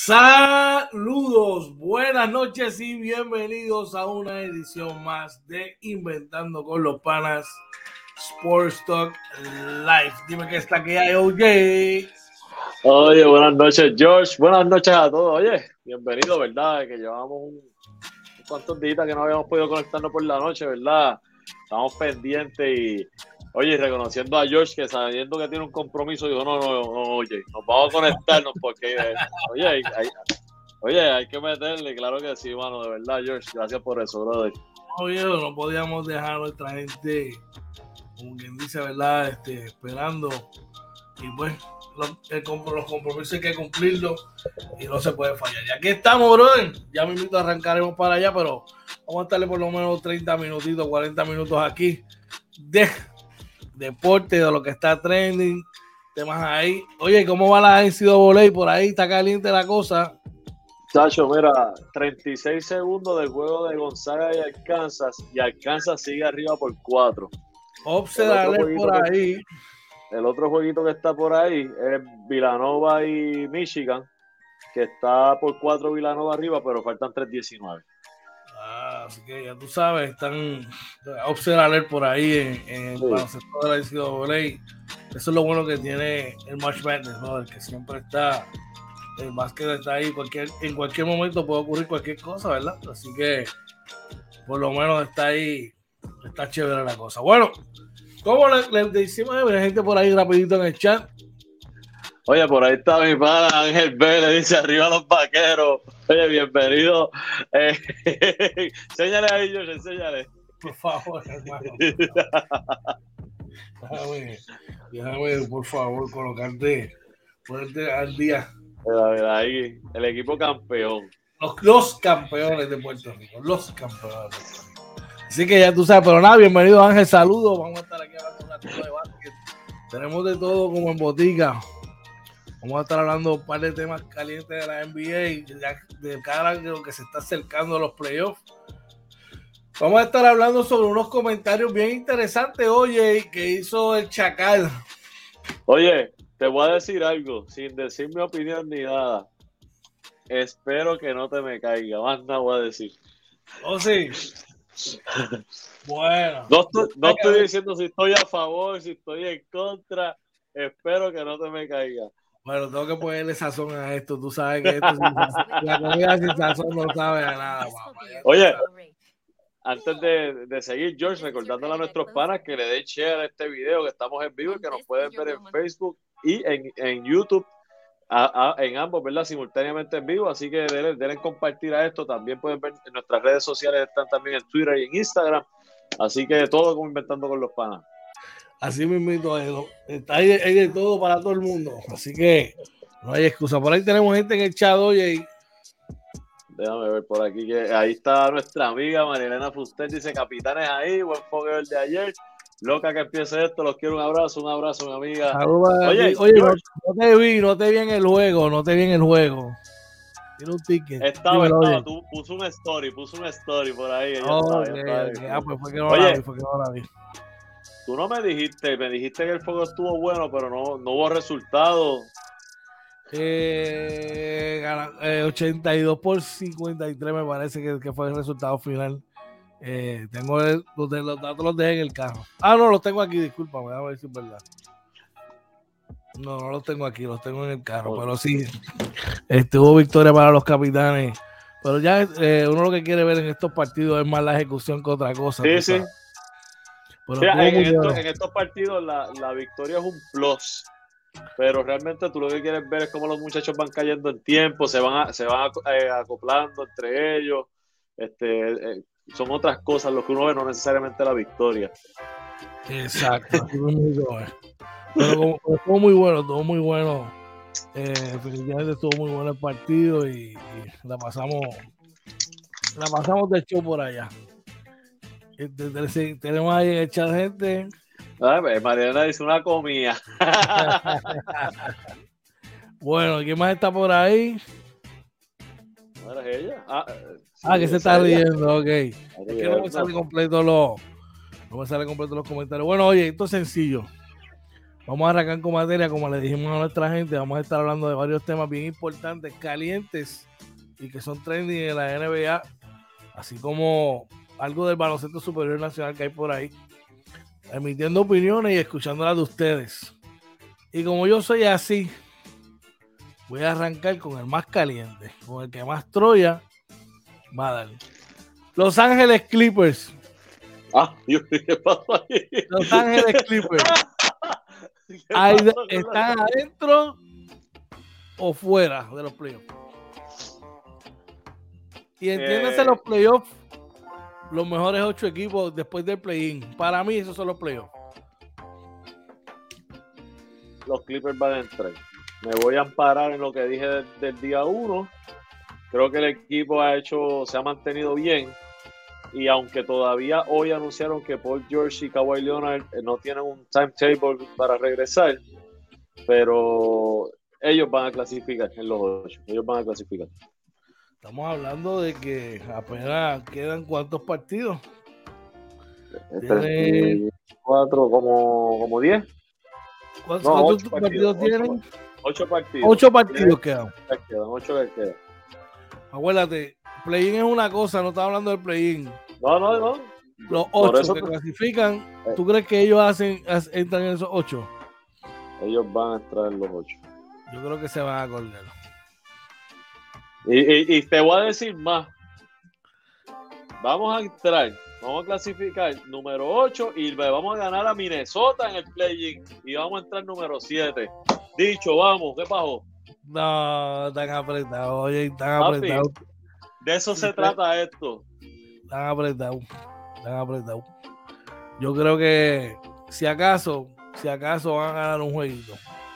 Saludos, buenas noches y bienvenidos a una edición más de Inventando con los Panas Sports Talk Live. Dime que está que hay, OJ. Oye, buenas noches, George. Buenas noches a todos. Oye, bienvenido, ¿verdad? Que llevamos unos cuantos días que no habíamos podido conectarnos por la noche, ¿verdad? Estamos pendientes y, oye, reconociendo a George que sabiendo que tiene un compromiso, dijo, no, oye, nos vamos a conectarnos porque, oye, hay que meterle, claro que sí, mano, de verdad, George. Gracias por eso, brother. Oye, no podíamos dejar a nuestra gente, como quien dice, ¿verdad? Esperando. Y pues, los compromisos hay que cumplirlos y no se puede fallar. Y aquí estamos, brother. Ya mismo arrancaremos para allá, pero vamos a estarle por lo menos 30 minutitos, 40 minutos aquí de deporte, de lo que está trending, temas ahí. Oye, ¿cómo va la NCAA por ahí? ¿Está caliente la cosa? Chacho, mira, 36 segundos del juego de Gonzaga y Arkansas sigue arriba por 4. Observarle por ahí. El otro jueguito que está por ahí es Villanova y Michigan, que está por 4 Villanova arriba, pero faltan 3:19. Así que ya tú sabes, están observarle por ahí en el baloncesto de la NCAA. Eso es lo bueno que tiene el March Madness, ¿no? El que siempre está, el básquet está ahí, en cualquier momento puede ocurrir cualquier cosa, ¿verdad? Así que por lo menos está ahí, está chévere la cosa. Bueno, ¿cómo le decimos a la gente por ahí rapidito en el chat? Oye, por ahí está mi pana Ángel B, le dice arriba los vaqueros. Oye, bienvenido. Enséñale ahí, George, enséñale. Por favor, hermano. Déjame, por favor, ponerte al día. Mira, ahí, el equipo campeón. Los campeones de Puerto Rico, los campeones de Puerto Rico. Así que ya tú sabes, pero nada, bienvenido Ángel, saludos. Vamos a estar aquí hablando una cosa de básquet. Tenemos de todo como en botica. Vamos a estar hablando un par de temas calientes de la NBA, de cara a lo que se está acercando a los playoffs. Vamos a estar hablando sobre unos comentarios bien interesantes, oye, que hizo el Chacal. Oye, te voy a decir algo, sin decir mi opinión ni nada. Espero que no te me caiga, más nada voy a decir. ¿Oh, sí? Bueno. No estoy diciendo si estoy a favor, si estoy en contra. Espero que no te me caiga. Bueno, tengo que ponerle sazón a esto. Tú sabes que esto la comida sin sazón no sabe a nada, papá. Oye, antes de seguir, George, recordándole a nuestros panas que le den share a este video, que estamos en vivo y que nos pueden ver en Facebook y en YouTube, en ambos, ¿verdad? Simultáneamente en vivo. Así que denle compartir a esto. También pueden ver en nuestras redes sociales, están también en Twitter y en Instagram. Así que todo como Inventando con los Panas. Así mismo está ahí de todo para todo el mundo. Así que no hay excusa. Por ahí tenemos gente en el chat, oye. Déjame ver por aquí que ahí está nuestra amiga Marilena Fuster, dice capitanes ahí, buen fogueo el de ayer. Loca que empiece esto, los quiero un abrazo, mi amiga. Saluda, oye, no te vi en el juego, Tiene un ticket. Estaba, puso un story por ahí. Pues fue que no la vi. Tú no me dijiste que el fuego estuvo bueno, pero no hubo resultado. 82-53 me parece que fue el resultado final. Tengo los datos, los dejé en el carro. No, los tengo aquí, discúlpame, a ver si es verdad. No los tengo aquí, los tengo en el carro, pero sí, hubo victoria para los capitanes. Pero ya uno lo que quiere ver en estos partidos es más la ejecución que otra cosa. Sí. En estos partidos la victoria es un plus. Pero realmente tú lo que quieres ver es cómo los muchachos van cayendo en tiempo, se van acoplando entre ellos. Son otras cosas lo que uno ve, no necesariamente la victoria. Exacto. Pero estuvo muy bueno. Definitivamente estuvo muy bueno el partido y la pasamos de show por allá. Tenemos ahí en el chat gente. Mariana dice una comida. Bueno, ¿quién más está por ahí? ¿No eres ella? Que se está riendo, ok. Es que no me sale completo los comentarios. Bueno, oye, esto es sencillo. Vamos a arrancar con materia, como le dijimos a nuestra gente. Vamos a estar hablando de varios temas bien importantes, calientes y que son trending en la NBA, así como algo del baloncesto superior nacional que hay por ahí, emitiendo opiniones y escuchándolas de ustedes. Y como yo soy así, voy a arrancar con el más caliente, con el que más Troya va a dar. Los Ángeles Clippers. ¿Qué pasó ahí? Los Ángeles Clippers. ¿Están adentro o fuera de los playoffs? Y entiéndase los playoffs, los mejores 8 equipos después del play-in. Para mí esos son los playoffs. Los Clippers van a entrar. Me voy a amparar en lo que dije del día 1. Creo que el equipo se ha mantenido bien. Y aunque todavía hoy anunciaron que Paul George y Kawhi Leonard no tienen un timetable para regresar, pero ellos van a clasificar en los 8. Ellos van a clasificar. Estamos hablando de que apenas quedan ¿cuántos partidos? 4, como 10. ¿Cuántos partidos tienen? 8 partidos. 8 partidos quedan. Quedan 8 que quedan. Acuérdate, play-in es una cosa, no estamos hablando del play-in. No. Los 8 que clasifican, ¿tú crees que ellos entran en esos 8? Ellos van a entrar en los 8. Yo creo que se van a colgar. Y te voy a decir más. Vamos a clasificar número 8 y vamos a ganar a Minnesota en el play-in y vamos a entrar número 7. Dicho, vamos, ¿qué pasó? No, están apretados, oye, están apretados. De eso se trata esto. Están apretados. Yo creo que si acaso van a ganar un jueguito.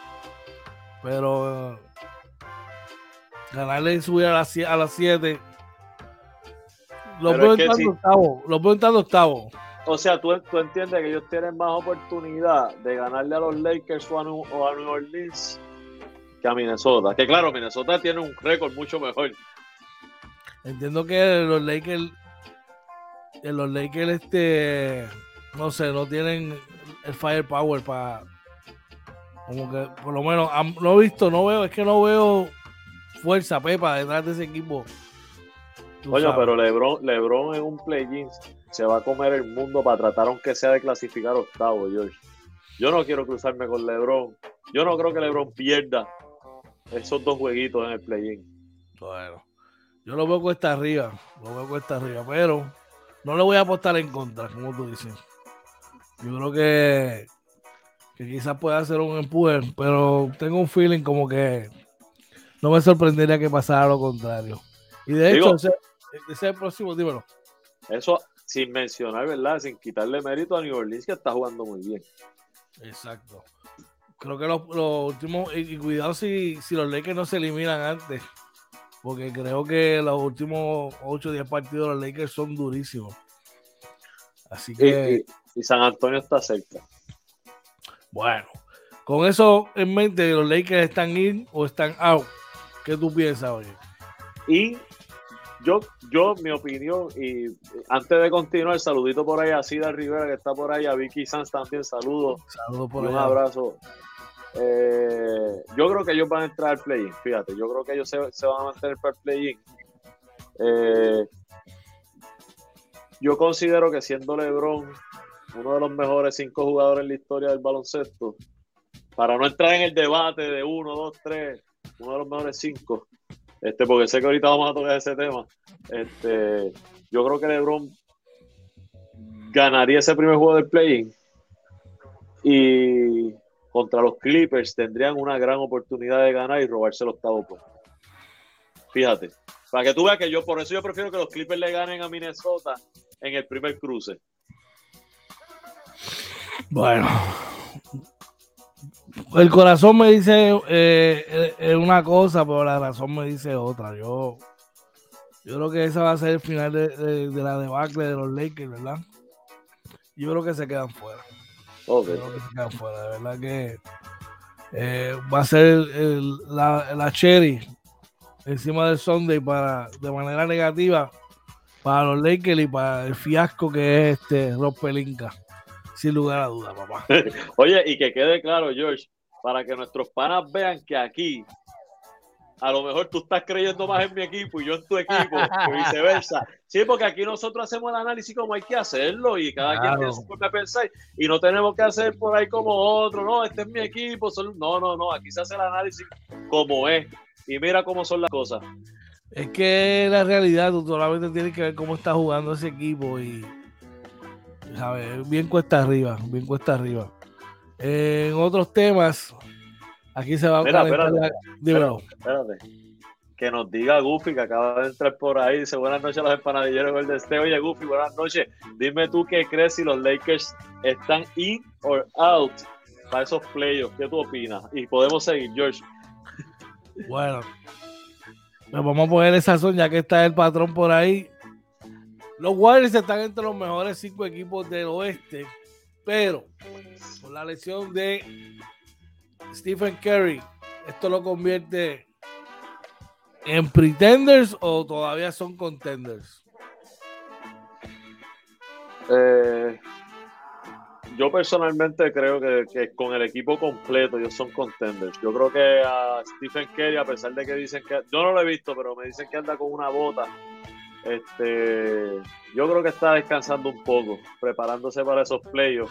Pero ganarle y subir a las 7. Los veo entrando octavo. O sea, tú entiendes que ellos tienen más oportunidad de ganarle a los Lakers o a New Orleans que a Minnesota. Que claro, Minnesota tiene un récord mucho mejor. Entiendo que los Lakers no sé, no tienen el firepower para, como que por lo menos no veo fuerza Pepa detrás de ese equipo. Coño, pero LeBron en un play-in se va a comer el mundo para tratar aunque sea de clasificar octavo, George. Yo no quiero cruzarme con LeBron. Yo no creo que LeBron pierda esos 2 jueguitos en el play-in. Bueno, yo lo veo cuesta arriba, pero no le voy a apostar en contra, como tú dices. Yo creo que quizás pueda hacer un empuje, pero tengo un feeling como que no me sorprendería que pasara lo contrario. Y de hecho, ese es el próximo, dímelo. Eso sin mencionar, ¿verdad? Sin quitarle mérito a New Orleans, que está jugando muy bien. Exacto. Creo que los últimos, y cuidado si los Lakers no se eliminan antes, porque creo que los últimos 8 o 10 partidos de los Lakers son durísimos. Así que... Y San Antonio está cerca. Bueno, con eso en mente, ¿los Lakers están in o están out? ¿Qué tú piensas, oye? Y mi opinión, y antes de continuar, saludito por ahí a Cida Rivera, que está por ahí, a Vicky Sanz también, saludos por allá. Un abrazo. Yo creo que ellos van a entrar al play-in, fíjate, yo creo que ellos se van a mantener para el play-in. Yo considero que siendo LeBron uno de los mejores 5 jugadores en la historia del baloncesto, para no entrar en el debate de 1, 2, 3, uno de los mejores 5, porque sé que ahorita vamos a tocar ese tema, yo creo que LeBron ganaría ese primer juego del play-in y contra los Clippers tendrían una gran oportunidad de ganar y robarse el octavo puesto. Fíjate, para que tú veas que por eso yo prefiero que los Clippers le ganen a Minnesota en el primer cruce. Bueno, el corazón me dice una cosa, pero la razón me dice otra. Yo creo que ese va a ser el final de la debacle de los Lakers, ¿verdad? Yo creo que se quedan fuera. Okay. Yo creo que se quedan fuera, de verdad que va a ser la cherry encima del Sunday de manera negativa para los Lakers y para el fiasco que es Rob Pelinka. sin lugar a duda, papá. Oye, y que quede claro, George, para que nuestros panas vean que aquí a lo mejor tú estás creyendo más en mi equipo y yo en tu equipo, o viceversa. Sí, porque aquí nosotros hacemos el análisis como hay que hacerlo y cada quien tiene su forma de pensar y no tenemos que hacer por ahí como otro, no, este es mi equipo. No, aquí se hace el análisis como es y mira cómo son las cosas. Es que la realidad, tú solamente tienes que ver cómo está jugando ese equipo y, ¿sabes? Bien cuesta arriba. En otros temas, aquí se va a calentar la... Dímelo. Espérate. Que nos diga Goofy, que acaba de entrar por ahí, dice buenas noches a los empanadilleros del Este. Oye, Goofy, buenas noches. Dime tú qué crees si los Lakers están in or out para esos playoffs. ¿Qué tú opinas? Y podemos seguir, George. Bueno, nos vamos a poner esa zona ya que está el patrón por ahí. Los Warriors están entre los mejores 5 equipos del oeste, pero con la lesión de Stephen Curry, ¿esto lo convierte en pretenders o todavía son contenders? Yo personalmente creo que con el equipo completo ellos son contenders. Yo creo que a Stephen Curry, a pesar de que dicen que, yo no lo he visto, pero me dicen que anda con una bota, yo creo que está descansando un poco, preparándose para esos playoffs.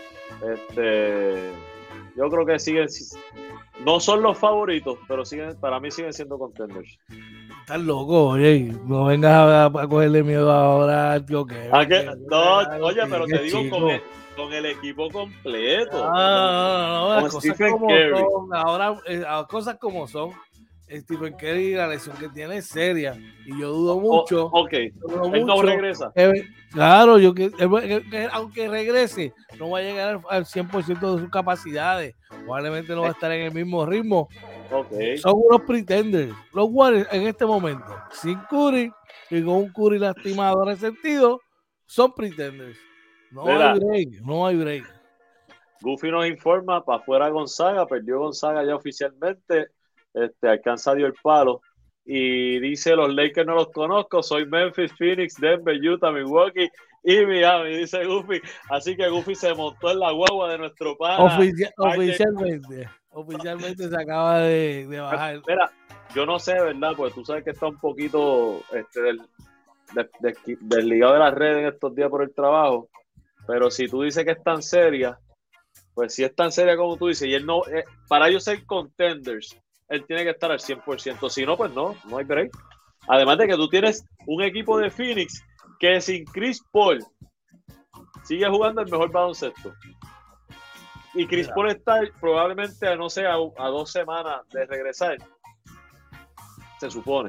Yo creo que siguen, no son los favoritos, pero para mí siguen siendo contenders. Estás loco, oye, no vengas a cogerle miedo ahora al tío que. Oye, pero te digo con el equipo completo. No, las cosas como son. Ahora, cosas como son. Stephen Curry, la lesión que tiene es seria y yo dudo mucho. Él no regresa. Claro, aunque regrese, no va a llegar al 100% de sus capacidades. Probablemente no va a estar en el mismo ritmo. Son unos pretenders. Los Warriors en este momento, sin Curry y con un Curry lastimado, resentido, son pretenders. No hay break. Goofy nos informa, para afuera Gonzaga, perdió Gonzaga ya oficialmente. Alcanza dio el palo y dice los Lakers no los conozco, soy Memphis, Phoenix, Denver, Utah, Milwaukee y Miami, dice Goofy, así que Goofy se montó en la guagua de nuestro pana. Oficialmente se acaba de bajar. Mira, yo no sé, ¿verdad? Pues tú sabes que está un poquito desligado de las redes en estos días por el trabajo, pero si tú dices que es tan seria, pues si es tan seria como tú dices, y él no, para ellos ser contenders, él tiene que estar al 100%. Si no, pues no hay break. Además de que tú tienes un equipo de Phoenix que sin Chris Paul sigue jugando el mejor baloncesto. Y Chris Paul está probablemente, no sé, a 2 semanas de regresar. Se supone.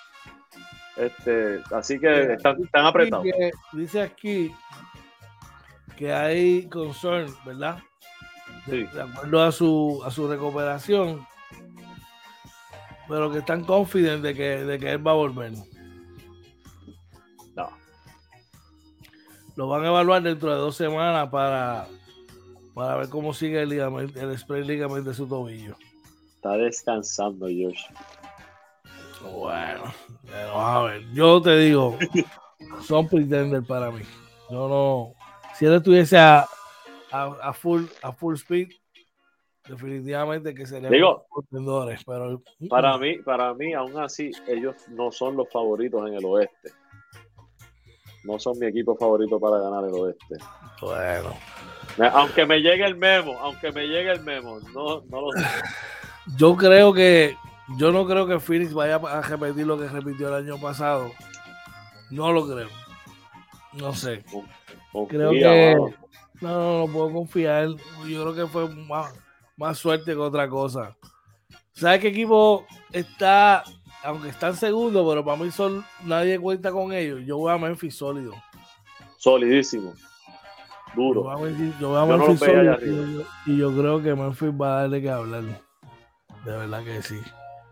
Así que están apretados. Dice aquí que hay concern, ¿verdad? Sí. De acuerdo a su recuperación, pero que están confident de que él va a volver. No. Lo van a evaluar dentro de 2 semanas para ver cómo sigue el spray ligament de su tobillo. Está descansando, Josh. Bueno, a ver, yo te digo, son pretenders para mí. Yo no, si él estuviese a full speed, definitivamente que serían contendores, pero para mí, aún así, ellos no son los favoritos en el oeste. No son mi equipo favorito para ganar el oeste. Bueno. Aunque me llegue el memo, no lo sé. Yo no creo que Phoenix vaya a repetir lo que repitió el año pasado. No lo creo. No sé. Creo que no puedo confiar. Yo creo que fue más suerte que otra cosa. ¿Sabes qué equipo está? Aunque están segundos, pero para mí nadie cuenta con ellos. Yo voy a Memphis sólido. Solidísimo. Duro. Yo voy a Memphis sólido y yo creo que Memphis va a darle que hablar. De verdad que sí.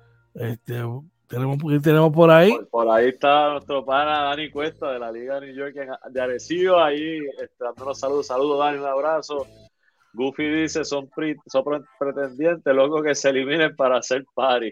Tenemos por ahí. Por ahí está nuestro pana Dani Cuesta de la Liga de New York de Arecibo. Ahí dándonos saludos. Saludos, Dani, un abrazo. Goofy dice, son pretendientes, locos que se eliminen para hacer party.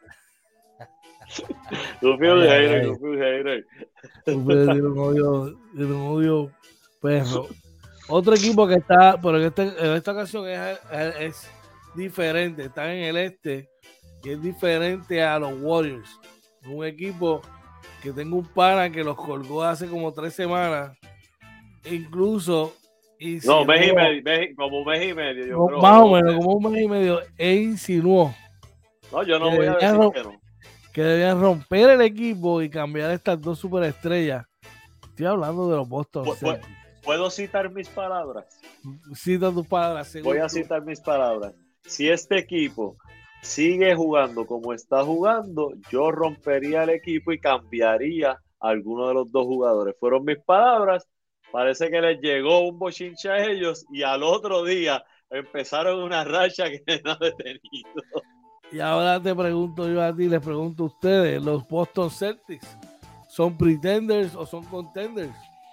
Goofy un hater. Goofy tiene un odio perro. Otro equipo que está, pero en esta ocasión es diferente, están en el este, y es diferente a los Warriors. Un equipo que tengo un pana que los colgó hace como 3 semanas, incluso No, mes y medio, como un mes y medio, yo creo. Más o menos, como un mes y medio, e insinuó no, yo no voy a decir que no. Que debían romper el equipo y cambiar estas dos superestrellas. Estoy hablando de los Boston Celtics. ¿Puedo citar mis palabras? Cita tus palabras. Voy a citar mis palabras. Si este equipo sigue jugando como está jugando, yo rompería el equipo y cambiaría a alguno de los dos jugadores. Fueron mis palabras. Parece que les llegó un bochinche a ellos y al otro día empezaron una racha que no ha detenido. Y ahora te pregunto yo a ti, les pregunto a ustedes, ¿los Boston Celtics son pretenders o son contenders?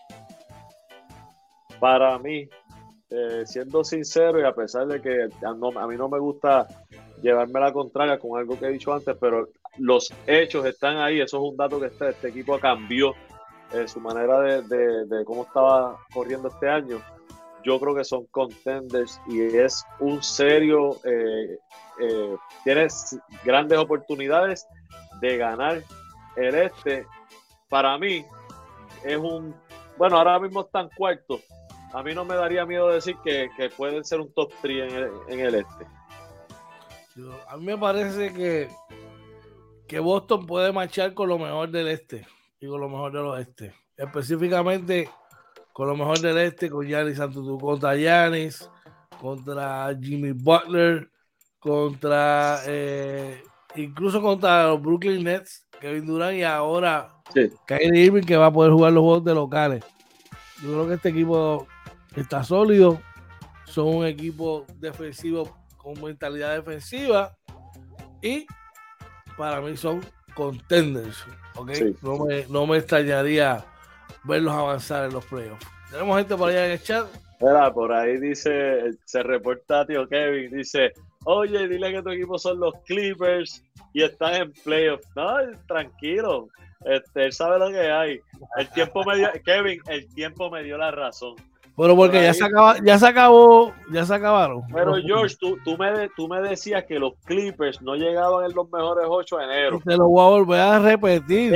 Para mí, siendo sincero y a pesar de que a mí no me gusta llevarme la contraria con algo que he dicho antes, pero los hechos están ahí, eso es un dato que este equipo cambió su manera de cómo estaba corriendo este año. Yo creo que son contenders y es un serio, tienes grandes oportunidades de ganar el este. Para mí es bueno, ahora mismo están cuartos. A mí no me daría miedo decir que pueden ser un top 3 en el este. A mí me parece que Boston puede marchar con lo mejor del este y con lo mejor del oeste. Específicamente con lo mejor del este, con Giannis Antetokounmpo, contra Giannis, contra Jimmy Butler, contra incluso contra los Brooklyn Nets, Kevin Durant y ahora Kyrie Irving, que va a poder jugar los juegos de locales. Yo creo que este equipo está sólido, son un equipo defensivo con mentalidad defensiva y para mí son contenders, ¿okay? Sí. No me extrañaría verlos avanzar en los playoffs. Tenemos gente por allá en el chat. Mira, por ahí dice, se reporta tío Kevin, dice, oye, dile que tu equipo son los Clippers y están en playoffs. No, tranquilo, él sabe lo que hay. El tiempo me dio, Kevin, el tiempo me dio la razón. Pero porque ya se acabaron. Pero George, tú me decías que los Clippers no llegaban en los mejores 8 de enero. Te lo voy a volver a repetir.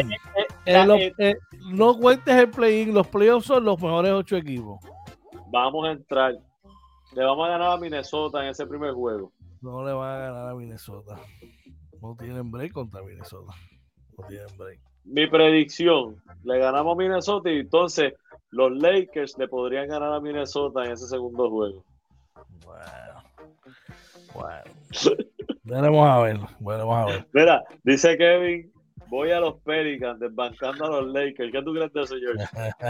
No cuentes el play-in, los playoffs son los mejores 8 equipos. Vamos a entrar. Le vamos a ganar a Minnesota en ese primer juego. No le van a ganar a Minnesota. No tienen break contra Minnesota. No tienen break. Mi predicción, le ganamos a Minnesota y entonces los Lakers le podrían ganar a Minnesota en ese segundo juego. Bueno. Veremos a ver. Mira, dice Kevin, voy a los Pelicans desbancando a los Lakers. ¿Qué tú crees de eso, George?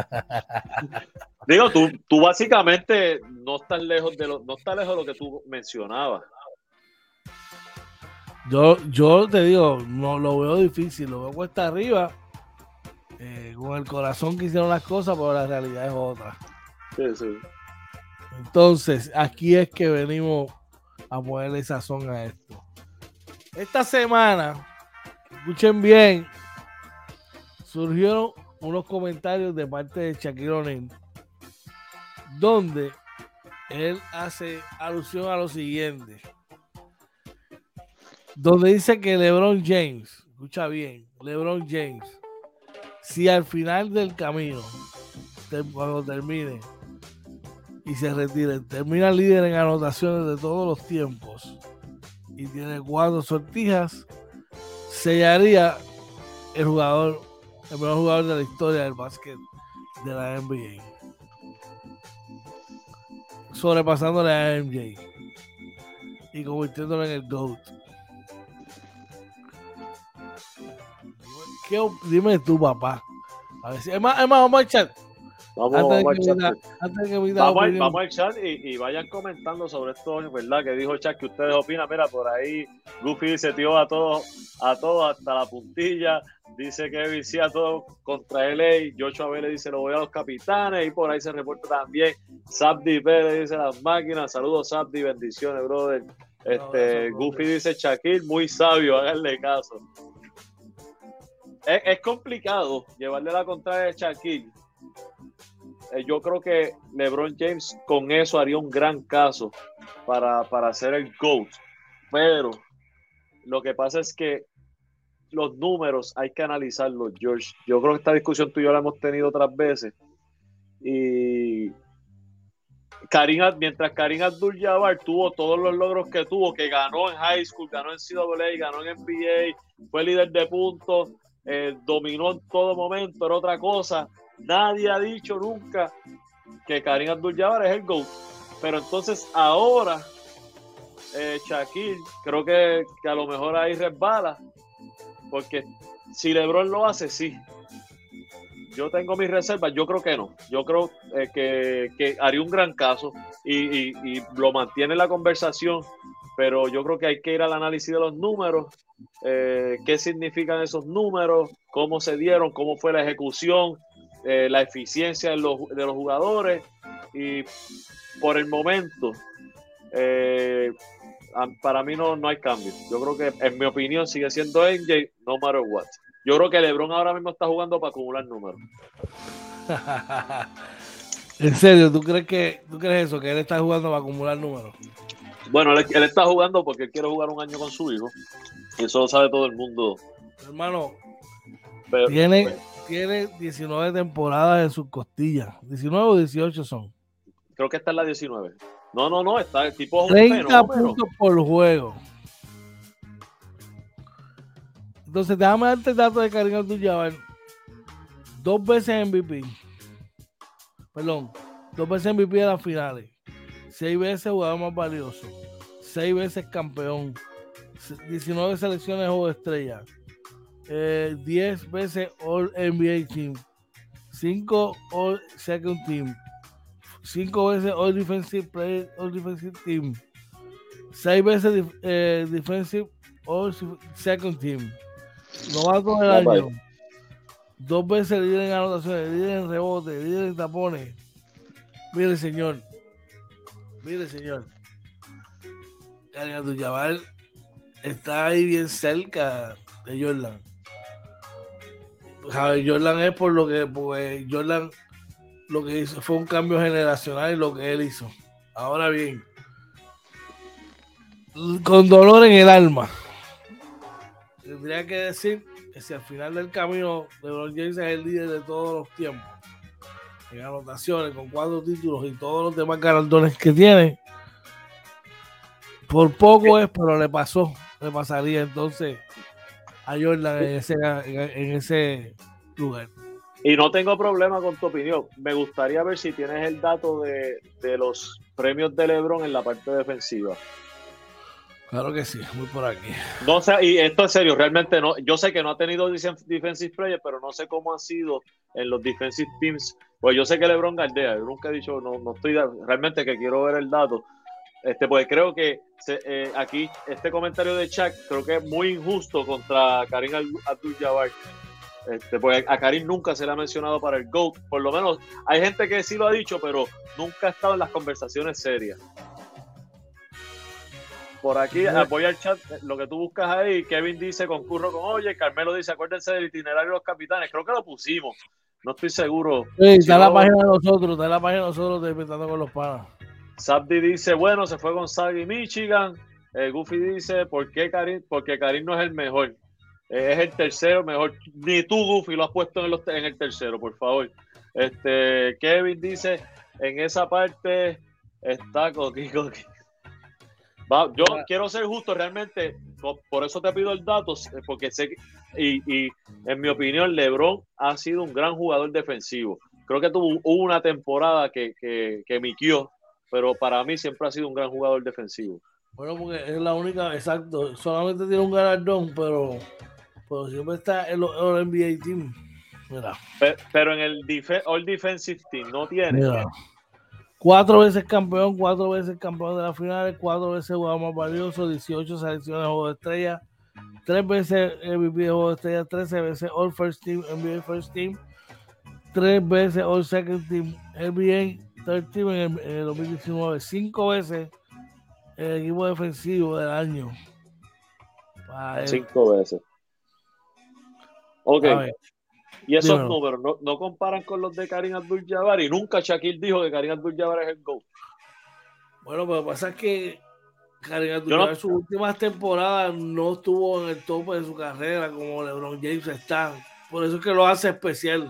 Digo, tú básicamente no estás lejos de lo que tú mencionabas. Yo te digo, no lo veo difícil, lo veo cuesta arriba, con el corazón que hicieron las cosas, pero la realidad es otra. Sí. Entonces, aquí es que venimos a ponerle sazón a esto. Esta semana, escuchen bien, surgieron unos comentarios de parte de Shaquille O'Neal, donde él hace alusión a lo siguiente. Donde dice que LeBron James, escucha bien, LeBron James, si al final del camino, cuando termine y se retire, termina líder en anotaciones de todos los tiempos y tiene 4 sortijas, sellaría el mejor jugador de la historia del básquet de la NBA, sobrepasándole a MJ y convirtiéndolo en el GOAT. Dime tú, papá. A ver si, es más, vamos al chat. Vamos al chat y vayan comentando sobre esto, ¿verdad? Que dijo Chat que ustedes opinan. Mira, por ahí Goofy dice, tío, a todos hasta la puntilla. Dice que sí a todos contra LA. Joshua Vélez dice, lo voy a los Capitanes. Y por ahí se reporta también Sabdi Pérez dice, las máquinas. Saludos, Sabdi, bendiciones, brother. Goofy dice, Shaquille, muy sabio, háganle caso. Es complicado llevarle la contraria a Shaquille, yo creo que LeBron James con eso haría un gran caso para ser el GOAT. Pero lo que pasa es que los números hay que analizarlos, George. Yo creo que esta discusión tú y yo la hemos tenido otras veces. Y mientras Kareem Abdul-Jabbar tuvo todos los logros que tuvo, que ganó en high school, ganó en NCAA, ganó en NBA, fue líder de puntos, dominó en todo momento, era otra cosa. Nadie ha dicho nunca que Kareem Abdul-Jabbar es el GOAT. Pero entonces ahora Shaquille, creo que a lo mejor ahí resbala, porque si LeBron lo hace, sí. Yo tengo mis reservas, yo creo que no. Yo creo que haría un gran caso y lo mantiene en la conversación, pero yo creo que hay que ir al análisis de los números, qué significan esos números, cómo se dieron, cómo fue la ejecución, la eficiencia de los jugadores, y por el momento para mí no hay cambio. Yo creo que en mi opinión sigue siendo MJ no matter what. Yo creo que LeBron ahora mismo está jugando para acumular números. ¿En serio? ¿Tú crees eso? Que él está jugando para acumular números. Bueno, él está jugando porque él quiere jugar un año con su hijo. Y eso lo sabe todo el mundo. Hermano, tiene 19 temporadas en sus costillas. 19 o 18 son. Creo que esta es la 19. No, está el tipo 30 puntos por juego. Entonces, déjame darte el dato de Kareem Abdul-Jabbar. 2 veces MVP. Perdón, 2 veces MVP de las finales. 6 veces jugador más valioso. 6 veces campeón. 19 selecciones de juego de estrella. 10 veces All NBA Team. 5 All Second Team. 5 veces All Defensive Player, All Defensive Team. 6 veces Defensive All Second Team. Novato del año. 2 veces líder en anotaciones, líder en rebote, líder en tapones. Mire, señor. Kareem Abdul-Jabbar está ahí bien cerca de Jordan. Jordan es porque Jordan lo que hizo fue un cambio generacional y lo que él hizo. Ahora bien, con dolor en el alma, tendría que decir que si al final del camino LeBron James es el líder de todos los tiempos en anotaciones, con 4 títulos y todos los demás galardones que tiene, por poco es, pero le pasaría entonces a Jordan en ese lugar. Y no tengo problema con tu opinión. Me gustaría ver si tienes el dato de los premios de LeBron en la parte defensiva. Claro que sí, muy por aquí. No sé, y esto es serio, realmente no. Yo sé que no ha tenido defensive player, pero no sé cómo han sido en los defensive teams. Pues yo sé que LeBron gardea. Yo nunca he dicho, no estoy realmente que quiero ver el dato. Pues creo que aquí este comentario de Shaq creo que es muy injusto contra Kareem Abdul-Jabbar. Pues a Kareem nunca se le ha mencionado para el GOAT. Por lo menos hay gente que sí lo ha dicho, pero nunca ha estado en las conversaciones serias. Por aquí, voy al chat, lo que tú buscas ahí, Kevin dice, concurro con Oye, Carmelo dice, acuérdense del itinerario de los capitanes, creo que lo pusimos, no estoy seguro. Sí, está en la página de nosotros de Inventando con los Panas. Sabdi dice, bueno, se fue Gonzaga y Michigan. Goofy dice, ¿por qué Kareem? Porque Kareem no es el mejor, es el tercero mejor, ni tú Goofy lo has puesto en el tercero, por favor. Kevin dice, en esa parte está Coqui. Yo quiero ser justo realmente, por eso te pido el dato, porque sé que, y en mi opinión LeBron ha sido un gran jugador defensivo. Creo que hubo una temporada que miquió, pero para mí siempre ha sido un gran jugador defensivo. Bueno, porque es la única, exacto, solamente tiene un galardón, pero siempre está en los NBA Team. Mira. Pero en el All Defensive Team no tiene. Mira. 4 veces campeón, 4 veces campeón de las finales, 4 veces jugador más valioso, 18 selecciones de juego de estrella, 3 veces MVP de juego de estrella, 13 veces All First Team, NBA First Team, 3 veces All Second Team, NBA Third Team en el 2019, 5 veces el equipo defensivo del año. 5 veces. Ok. Y esos Dímelo. números no comparan con los de Kareem Abdul-Jabbar, y nunca Shaquille dijo que Kareem Abdul-Jabbar es el GOAT. Bueno, pero lo que pasa es que Kareem Yo Abdul-Jabbar no, en sus últimas temporadas no estuvo en el tope de su carrera como LeBron James está. Por eso es que lo hace especial.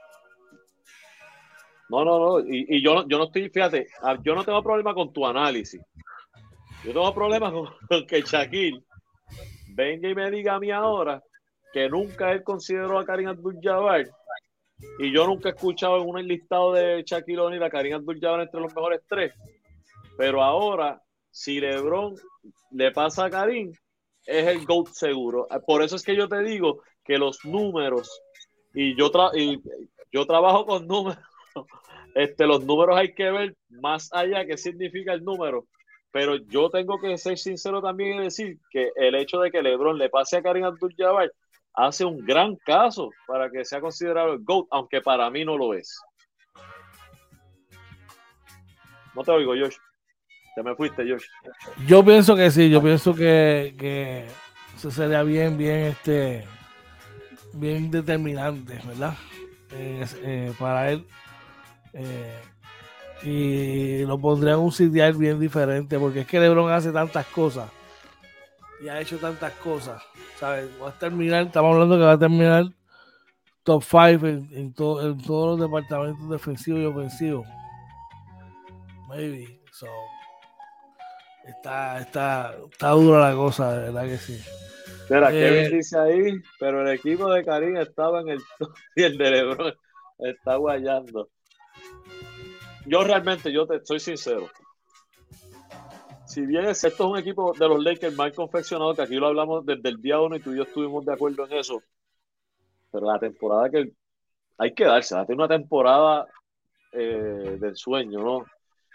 no, y yo no estoy, fíjate, yo no tengo problema con tu análisis. Yo tengo problemas con que Shaquille venga y me diga a mí ahora que nunca él consideró a Kareem Abdul-Jabbar, y yo nunca he escuchado en un listado de Shaquille O'Neal a Kareem Abdul-Jabbar entre los mejores 3. Pero ahora, si LeBron le pasa a Kareem, es el GOAT seguro. Por eso es que yo te digo que los números, y yo trabajo con números, los números hay que ver más allá qué significa el número. Pero yo tengo que ser sincero también y decir que el hecho de que LeBron le pase a Kareem Abdul-Jabbar hace un gran caso para que sea considerado el GOAT, aunque para mí no lo es. No te oigo, Josh. Te me fuiste, Josh. Yo pienso que sí, yo pienso que eso sería bien determinante, ¿verdad? Para él. Y lo pondría en un sitial bien diferente, porque es que LeBron hace tantas cosas y ha hecho tantas cosas, ¿sabes? Estamos hablando que va a terminar top 5 en todos los departamentos defensivos y ofensivos. Maybe. So, está dura la cosa, de verdad que sí. Mira, Kevin dice ahí, pero el equipo de Karim estaba en el top y el de LeBron está guayando. Yo realmente, yo te soy sincero. Si bien esto es un equipo de los Lakers mal confeccionado, que aquí lo hablamos desde el día 1 y tú y yo estuvimos de acuerdo en eso, pero la temporada que hay que darse, hace una temporada del sueño, ¿no?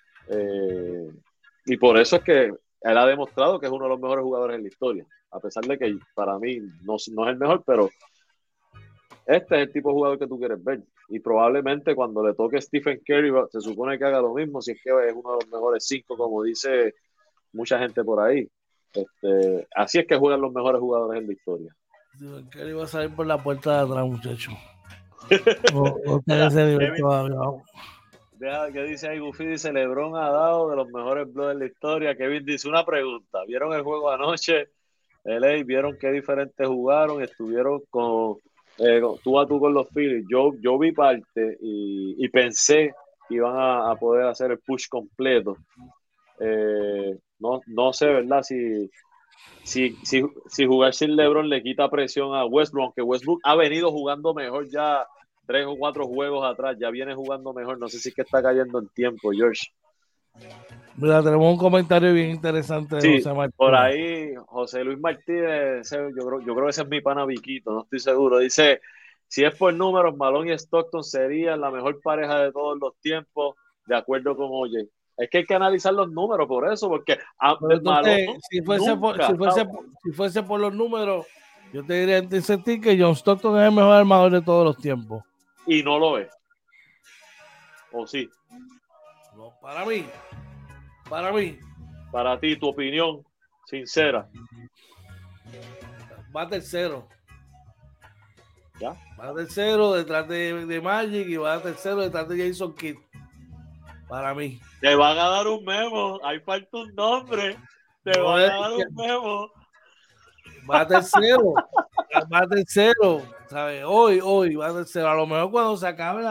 Y por eso es que él ha demostrado que es uno de los mejores jugadores en la historia, a pesar de que para mí no es el mejor, pero este es el tipo de jugador que tú quieres ver. Y probablemente cuando le toque Stephen Curry se supone que haga lo mismo, si es que es uno de los mejores 5, como dice mucha gente por ahí. Así es que juegan los mejores jugadores en la historia. Curry va a salir por la puerta de atrás, muchacho. No tiene ese nivel todavía. Deja que dice ahí, Buffy dice, LeBron ha dado de los mejores blogs de la historia. Kevin dice una pregunta. ¿Vieron el juego anoche? LA, ¿vieron qué diferentes jugaron? Estuvieron con tú a tú con los Phillies. Yo vi parte y pensé que iban a poder hacer el push completo. No sé, ¿verdad? Si jugar sin LeBron le quita presión a Westbrook, aunque Westbrook ha venido jugando mejor ya 3 o 4 juegos atrás, ya viene jugando mejor. No sé si es que está cayendo en tiempo, George. Mira, tenemos un comentario bien interesante de Sí, José Martínez. por ahí José Luis Martínez, yo creo que ese es mi pana Viquito, no estoy seguro. Dice, si es por números, Malone y Stockton serían la mejor pareja de todos los tiempos, de acuerdo con Oye. Es que hay que analizar los números por eso, porque entonces, Malone si fuese por los números, yo te diría en sentir que John Stockton es el mejor armador de todos los tiempos. Y no lo es. ¿O sí? No, para mí. Para ti, tu opinión sincera. Va tercero. ¿Ya? Va tercero detrás de Magic y va tercero detrás de Jason Kidd. Para mí. Te van a dar un memo. Ahí falta un nombre. Te van a dar un memo. Va tercero. ¿Sabes? Hoy va tercero. A lo mejor cuando se acabe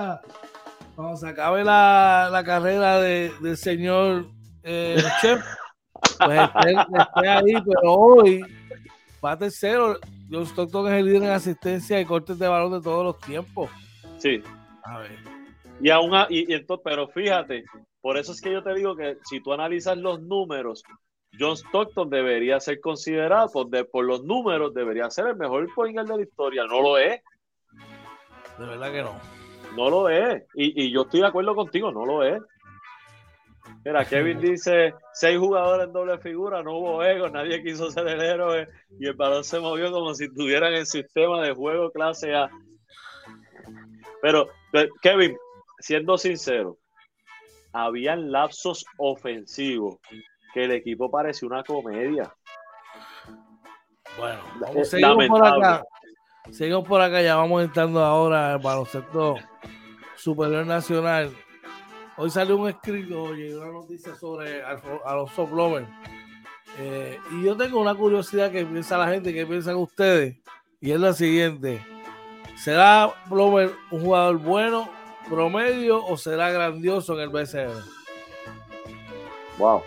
la carrera del señor Chef, pues esté ahí, pero hoy va tercero. John Stockton es el líder en asistencia y cortes de balón de todos los tiempos. Sí. A ver. Y entonces, pero fíjate, por eso es que yo te digo que si tú analizas los números, John Stockton debería ser considerado por los números, debería ser el mejor point guard de la historia. No lo es. De verdad que no. No lo es. Y yo estoy de acuerdo contigo, no lo es. Mira, Kevin dice 6 jugadores en doble figura, no hubo ego, nadie quiso ser el héroe y el balón se movió como si tuvieran el sistema de juego clase A. Pero, Kevin, siendo sincero, habían lapsos ofensivos que el equipo parecía una comedia. Bueno, seguimos por acá. Seguimos por acá, ya vamos entrando ahora al baloncesto superior nacional. Hoy salió un escrito y una noticia sobre Alonso Plomer. Y yo tengo una curiosidad que piensa la gente, que piensan ustedes, y es la siguiente: ¿será Plomer un jugador bueno, promedio, o será grandioso en el BCN? Wow.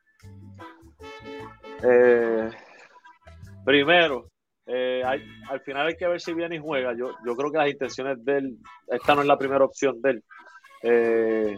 Primero, al final hay que ver si viene y juega. Yo creo que las intenciones de él, esta no es la primera opción de él.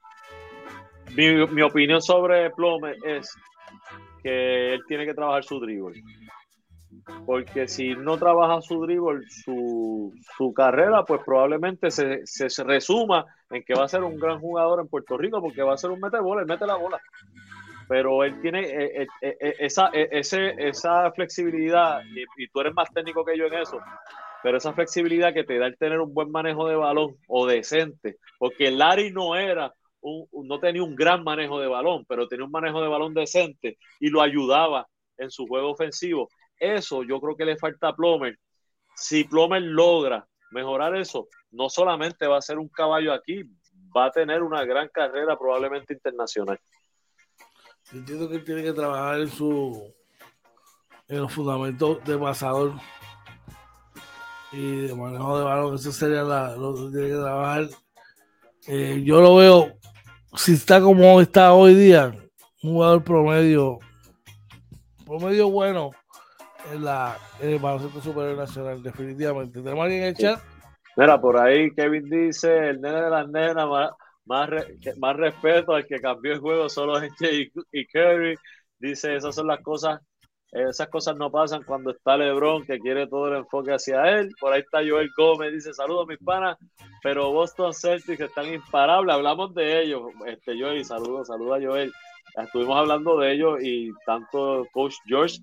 Mi opinión sobre Plomer es que él tiene que trabajar su dribble. Porque si no trabaja su dribble, su carrera, pues probablemente se resuma en que va a ser un gran jugador en Puerto Rico, porque va a ser un mete bola, él mete la bola. Pero él tiene esa flexibilidad, y tú eres más técnico que yo en eso, pero esa flexibilidad que te da el tener un buen manejo de balón o decente, porque Larry no tenía un gran manejo de balón, pero tenía un manejo de balón decente y lo ayudaba en su juego ofensivo. Eso yo creo que le falta a Plomer. Si Plomer logra mejorar eso, no solamente va a ser un caballo aquí, va a tener una gran carrera probablemente internacional. Entiendo que él tiene que trabajar en los fundamentos de pasador y de manejo de balón. Eso sería lo que tiene que trabajar. Yo lo veo, si está como está hoy día, un jugador promedio bueno en el baloncesto superior nacional, definitivamente. ¿Tenemos alguien en el chat? Mira, por ahí Kevin dice: el nene de las nenas, más respeto al que cambió el juego, solo gente y Curry. Dice: esas cosas no pasan cuando está LeBron, que quiere todo el enfoque hacia él. Por ahí está Joel Gómez, dice: saludos mis panas, pero Boston Celtics están imparables. Hablamos de ellos, Joel, saludos a Joel. Estuvimos hablando de ellos, y tanto Coach George,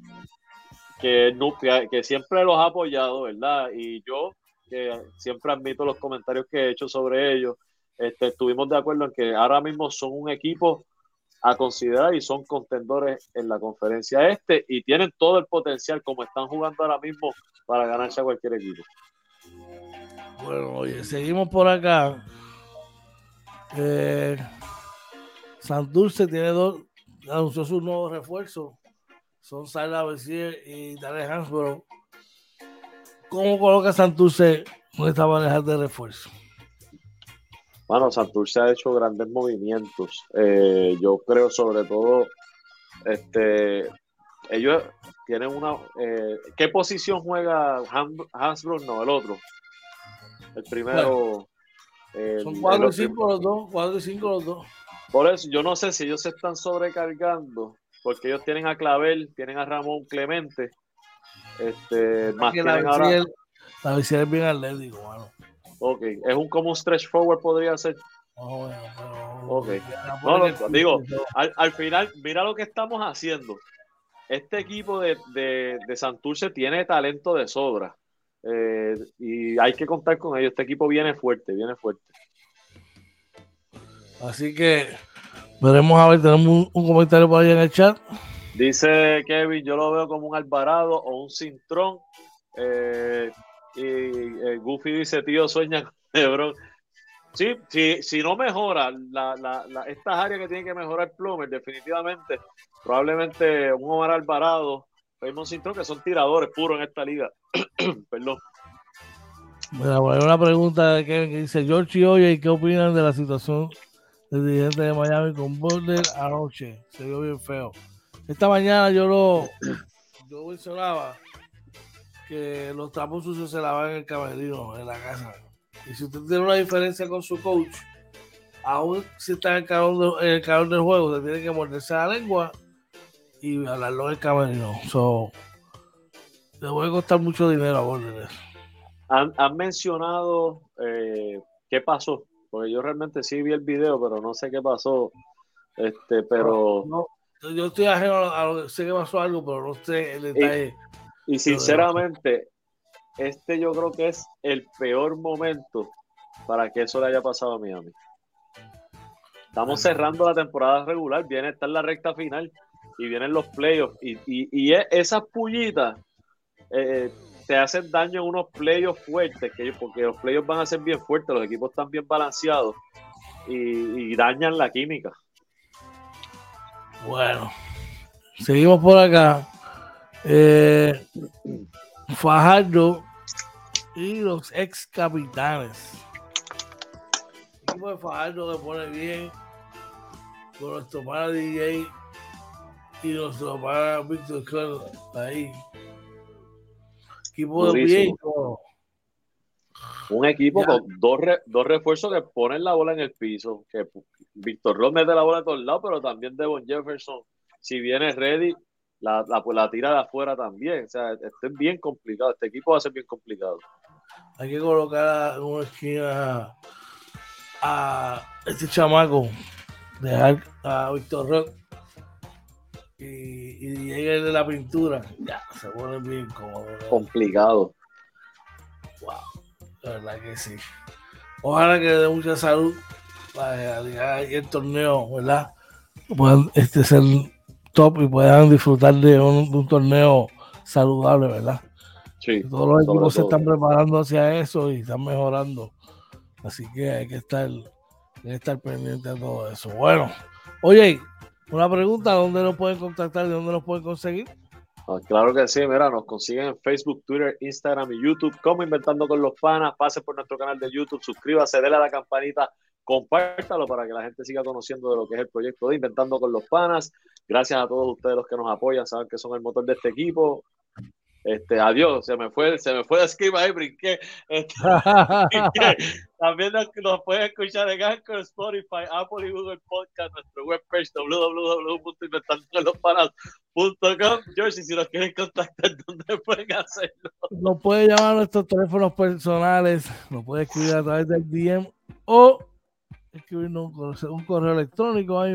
que siempre los ha apoyado, ¿verdad? Y yo, que siempre admito los comentarios que he hecho sobre ellos, estuvimos de acuerdo en que ahora mismo son un equipo a considerar y son contendores en la conferencia y tienen todo el potencial, como están jugando ahora mismo, para ganarse a cualquier equipo. Bueno, oye, seguimos por acá. Santurce anunció sus nuevos refuerzos. Son Sala Bessier y Dale Hansborough. ¿Cómo coloca Santurce con esta pareja de refuerzo? Bueno, Santurce ha hecho grandes movimientos. Yo creo, sobre todo, ellos tienen una... ¿qué posición juega Hansbrough? No, el otro. El primero... Son 4 y 5 los dos. 4 y 5 los dos. Por eso, yo no sé si ellos se están sobrecargando, porque ellos tienen a Clavel, tienen a Ramón Clemente. Más tienen ahora... La Bessier es bien atlético, mano. Ok, es como un stretch forward podría ser. Oh, bueno, okay. No, digo, al final, mira lo que estamos haciendo. Este equipo de Santurce tiene talento de sobra, y hay que contar con ellos. Este equipo viene fuerte. Así que veremos, a ver, tenemos un comentario por ahí en el chat. Dice Kevin: yo lo veo como un Alvarado o un Cintrón. Y Goofy dice: tío, sueña con LeBron. Sí, si no mejora estas áreas que tiene que mejorar Plomer, definitivamente, probablemente un Omar Alvarado, Raymond Cintrón, que son tiradores puros en esta liga. Perdón. Bueno, hay una pregunta de Kevin que dice: George y Oye, ¿qué opinan de la situación del dirigente de Miami con Butler anoche? Se vio bien feo. Esta mañana yo mencionaba que los trapos sucios se lavan en el camerino, en la casa. Y si usted tiene una diferencia con su coach, aún si está en el calor del juego, usted tiene que morderse la lengua y hablarlo en el camerino. Le voy a costar mucho dinero a Butler. Han mencionado qué pasó, porque yo realmente sí vi el video, pero no sé qué pasó. Pero no, yo estoy ajeno a lo que sé que pasó algo, pero no sé el detalle. Y sinceramente, yo creo que es el peor momento para que eso le haya pasado a Miami. Estamos cerrando la temporada regular, está en la recta final y vienen los playoffs, y esas pullitas te hacen daño en unos playoffs fuertes, porque los playoffs van a ser bien fuertes, los equipos están bien balanceados y dañan la química. Bueno, seguimos por acá. Fajardo y los ex capitanes. El equipo de Fajardo que pone bien con nuestro pana DJ y nuestro pana Víctor Club ahí. Equipo de bien. Un equipo con dos refuerzos que ponen la bola en el piso. Que Víctor Ross mete la bola de todos lados, pero también Devon Jefferson, si viene ready, la tira de afuera también. O sea, esto es bien complicado. Este equipo va a ser bien complicado. Hay que colocar en una esquina a este chamaco, dejar a Víctor Ross y llega el de la pintura. Ya, se pone bien cómodo. Complicado. Wow, la verdad que sí. Ojalá que dé mucha salud para el torneo, ¿verdad? Puedan ser top y puedan disfrutar de un torneo saludable, ¿verdad? Sí, todos los equipos se están preparando hacia eso y están mejorando. Así que hay que estar pendiente a todo eso. Bueno, oye, una pregunta, ¿dónde nos pueden contactar y dónde nos pueden conseguir? Claro que sí, mira, nos consiguen en Facebook, Twitter, Instagram y YouTube como Inventando con los Panas. Pase por nuestro canal de YouTube, suscríbase, déle a la campanita, compártalo para que la gente siga conociendo de lo que es el proyecto de Inventando con los Panas. Gracias a todos ustedes los que nos apoyan, saben que son el motor de este equipo. Adiós, se me fue de skip ahí, brinqué. También nos pueden escuchar en Anchor, Spotify, Apple y Google Podcast, nuestro webpage www.inventandoconlospanas.com. George, si nos quieren contactar, ¿dónde pueden hacerlo? Nos pueden llamar a nuestros teléfonos personales, nos pueden escribir a través del DM o escribirnos un correo electrónico a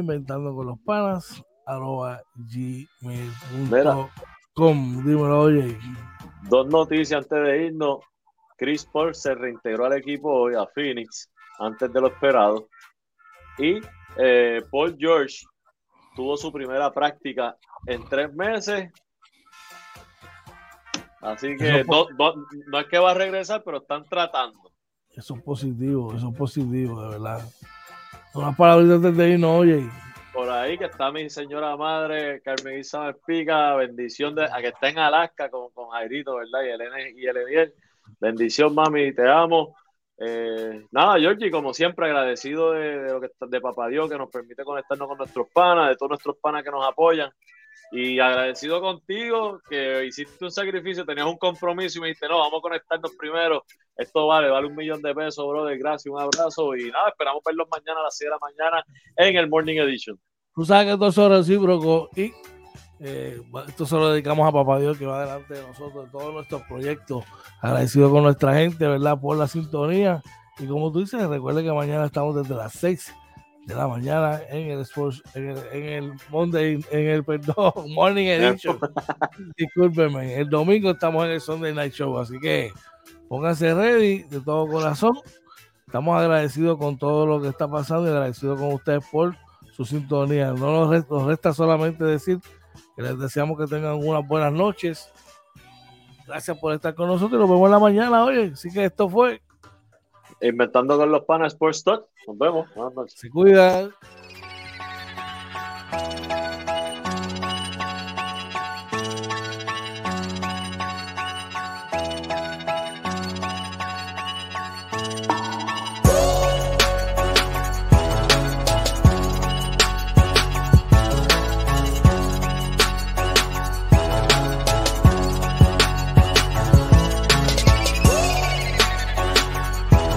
inventandoconlospanas@gmail.com. Dímelo, oye. Dos noticias antes de irnos. Chris Paul se reintegró al equipo hoy, a Phoenix, antes de lo esperado. Y Paul George tuvo su primera práctica en 3 meses. Así que no es que va a regresar, pero están tratando. Eso es positivo, de verdad. Unas palabritas de irnos, oye. Por ahí que está mi señora madre, Carmen Isa Espiga, bendición a que está en Alaska con Jairito, ¿verdad? Y Eleniel. Bendición, mami, te amo. Nada, Georgie, como siempre, agradecido de Papá Dios que nos permite conectarnos con nuestros panas, de todos nuestros panas que nos apoyan. Y agradecido contigo que hiciste un sacrificio, tenías un compromiso y me dijiste, no, vamos a conectarnos primero. Esto vale $1 millón, brother. Gracias, un abrazo. Y nada, esperamos verlos mañana a las 6 de la mañana en el Morning Edition. Tú sabes que esto es recíproco y esto se lo dedicamos a Papá Dios que va delante de nosotros, de todos nuestros proyectos. Agradecido con nuestra gente, ¿verdad? Por la sintonía. Y como tú dices, recuerde que mañana estamos desde las 6 de la mañana en el Sports, en el Monday, Morning Edition. Discúlpenme, el domingo estamos en el Sunday Night Show, así que pónganse ready de todo corazón. Estamos agradecidos con todo lo que está pasando y agradecidos con ustedes por su sintonía. No nos resta solamente decir que les deseamos que tengan unas buenas noches. Gracias por estar con nosotros y nos vemos en la mañana, oye. Así que esto fue Inventando con los Panas Sports Talk. Nos vemos. Buenas noches. Se cuidan.